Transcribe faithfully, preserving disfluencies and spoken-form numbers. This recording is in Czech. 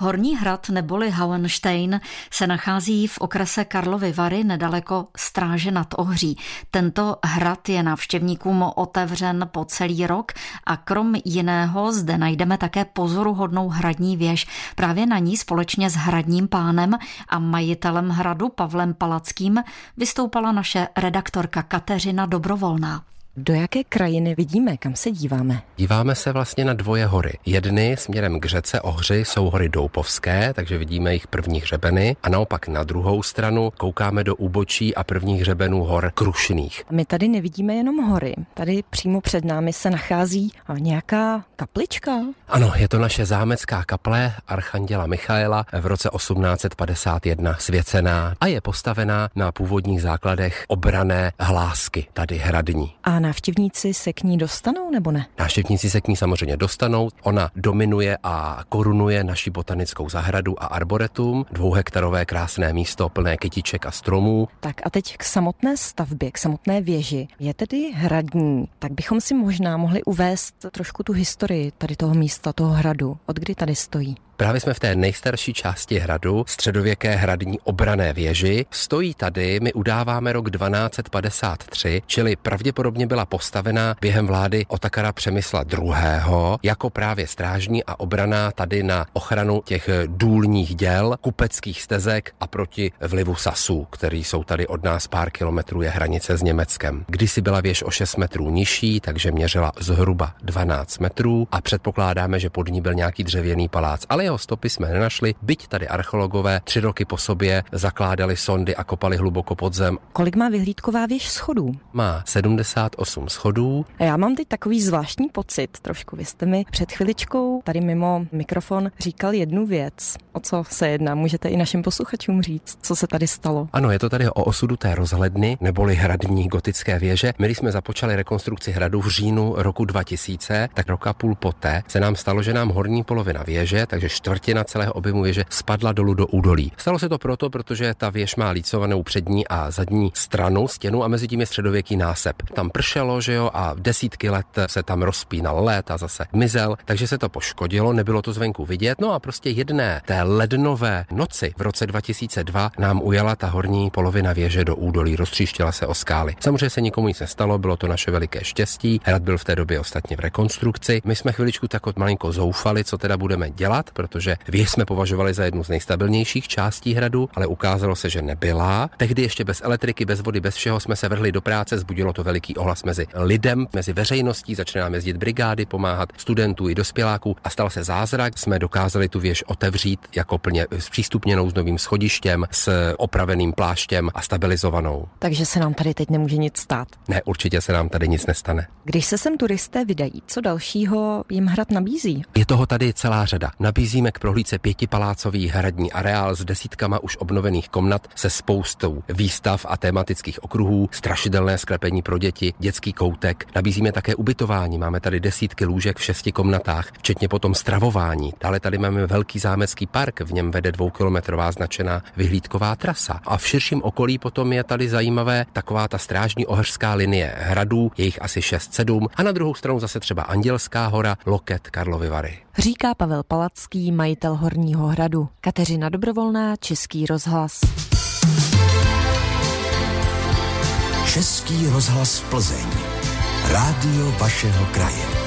Horní hrad neboli Hauenstein se nachází v okrese Karlovy Vary nedaleko Stráže nad Ohří. Tento hrad je návštěvníkům otevřen po celý rok a krom jiného zde najdeme také pozoruhodnou hradní věž. Právě na ní společně s hradním pánem a majitelem hradu Pavlem Palackým vystoupala naše redaktorka Kateřina Dobrovolná. Do jaké krajiny vidíme, kam se díváme? Díváme se vlastně na dvoje hory. Jedny směrem k řece Ohři jsou hory Doupovské, takže vidíme jejich první hřebeny, a naopak na druhou stranu koukáme do úbočí a prvních hřebenů hor Krušných. My tady nevidíme jenom hory. Tady přímo před námi se nachází nějaká kaplička. Ano, je to naše zámecká kaple archanděla Michaela, v roce osmnáct set padesát jedna svěcená a je postavená na původních základech obranné hlásky, tady hradní. A návštěvníci se k ní dostanou, nebo ne? Návštěvníci se k ní samozřejmě dostanou. Ona dominuje a korunuje naši botanickou zahradu a arboretum, dvouhektarové krásné místo plné kytiček a stromů. Tak a teď k samotné stavbě, k samotné věži. Je tedy hradní, tak bychom si možná mohli uvést trošku tu historii tady toho místa, toho hradu. Od kdy tady stojí? Právě jsme v té nejstarší části hradu, středověké hradní obranné věži. Stojí tady, my udáváme rok dvanáct set padesát tři, čili pravděpodobně byla postavená během vlády Otakara Přemysla druhého. jako právě strážní a obraná tady na ochranu těch důlních děl, kupeckých stezek a proti vlivu Sasů, který jsou tady od nás pár kilometrů, je hranice s Německem. Kdysi byla věž o šest metrů nižší, takže měřila zhruba dvanáct metrů a předpokládáme, že pod ní byl nějaký dřevěný palác, ale jeho stopy jsme nenašli, byť tady archeologové tři roky po sobě zakládali sondy a kopali hluboko pod zem. Kolik má vyhlídková věž schodů? Má sedmdesát osm schodů. A já mám teď takový zvláštní pocit, trošku. Vy jste mi před chviličkou tady mimo mikrofon říkal jednu věc. O co se jedná? Můžete i našim posluchačům říct, co se tady stalo? Ano, je to tady o osudu té rozhledny, neboli hradní gotické věže. My, když jsme započali rekonstrukci hradu v říjnu roku dva tisíce, tak rok a půl poté se nám stalo, že nám horní polovina věže, takže čtvrtina celého objemu věže spadla dolů do údolí. Stalo se to proto, protože ta věž má lícovanou přední a zadní stranu, stěnu, a mezi tím je středověký násep. Tam pršelo, že jo, a desítky let se tam rozpínal led a zase mizel, takže se to poškodilo, nebylo to zvenku vidět. No a prostě jedné té lednové noci v roce dva tisíce dva nám ujela ta horní polovina věže do údolí, roztříštila se o skály. Samozřejmě se nikomu nic nestalo, bylo to naše veliké štěstí. Hrad byl v té době ostatně v rekonstrukci. My jsme chviličku tak od malinko zoufali, co teda budeme dělat, protože věž jsme považovali za jednu z nejstabilnějších částí hradu, ale ukázalo se, že nebyla. Tehdy ještě bez elektriky, bez vody, bez všeho jsme se vrhli do práce, zbudilo to veliký ohlas mezi lidem, mezi veřejností, začaly nám jezdit brigády, pomáhat studentů i dospěláků a stal se zázrak. Jsme dokázali tu věž otevřít jako plně zpřístupněnou s novým schodištěm, s opraveným pláštěm a stabilizovanou. Takže se nám tady teď nemůže nic stát. Ne, určitě se nám tady nic nestane. Když se sem turisté vydají, co dalšího jim hrad nabízí? Je toho tady celá řada. Nabízíme k prohlídce pětipalácový hradní areál s desítkama už obnovených komnat se spoustou výstav a tematických okruhů, strašidelné sklepení pro děti, dětský koutek. Nabízíme také ubytování. Máme tady desítky lůžek v šesti komnatách, včetně potom stravování. Dále tady máme velký zámecký park, v něm vede dvoukilometrová značená vyhlídková trasa. A v širším okolí potom je tady zajímavé taková ta strážní ohřská linie hradů, je jich asi šest sedm, a na druhou stranu zase třeba Andělská hora, Loket Karlovy Vary. Říká Pavel Palacký, majitel Horního hradu. Kateřina Dobrovolná, Český rozhlas. Český rozhlas Plzeň. Rádio vašeho kraje.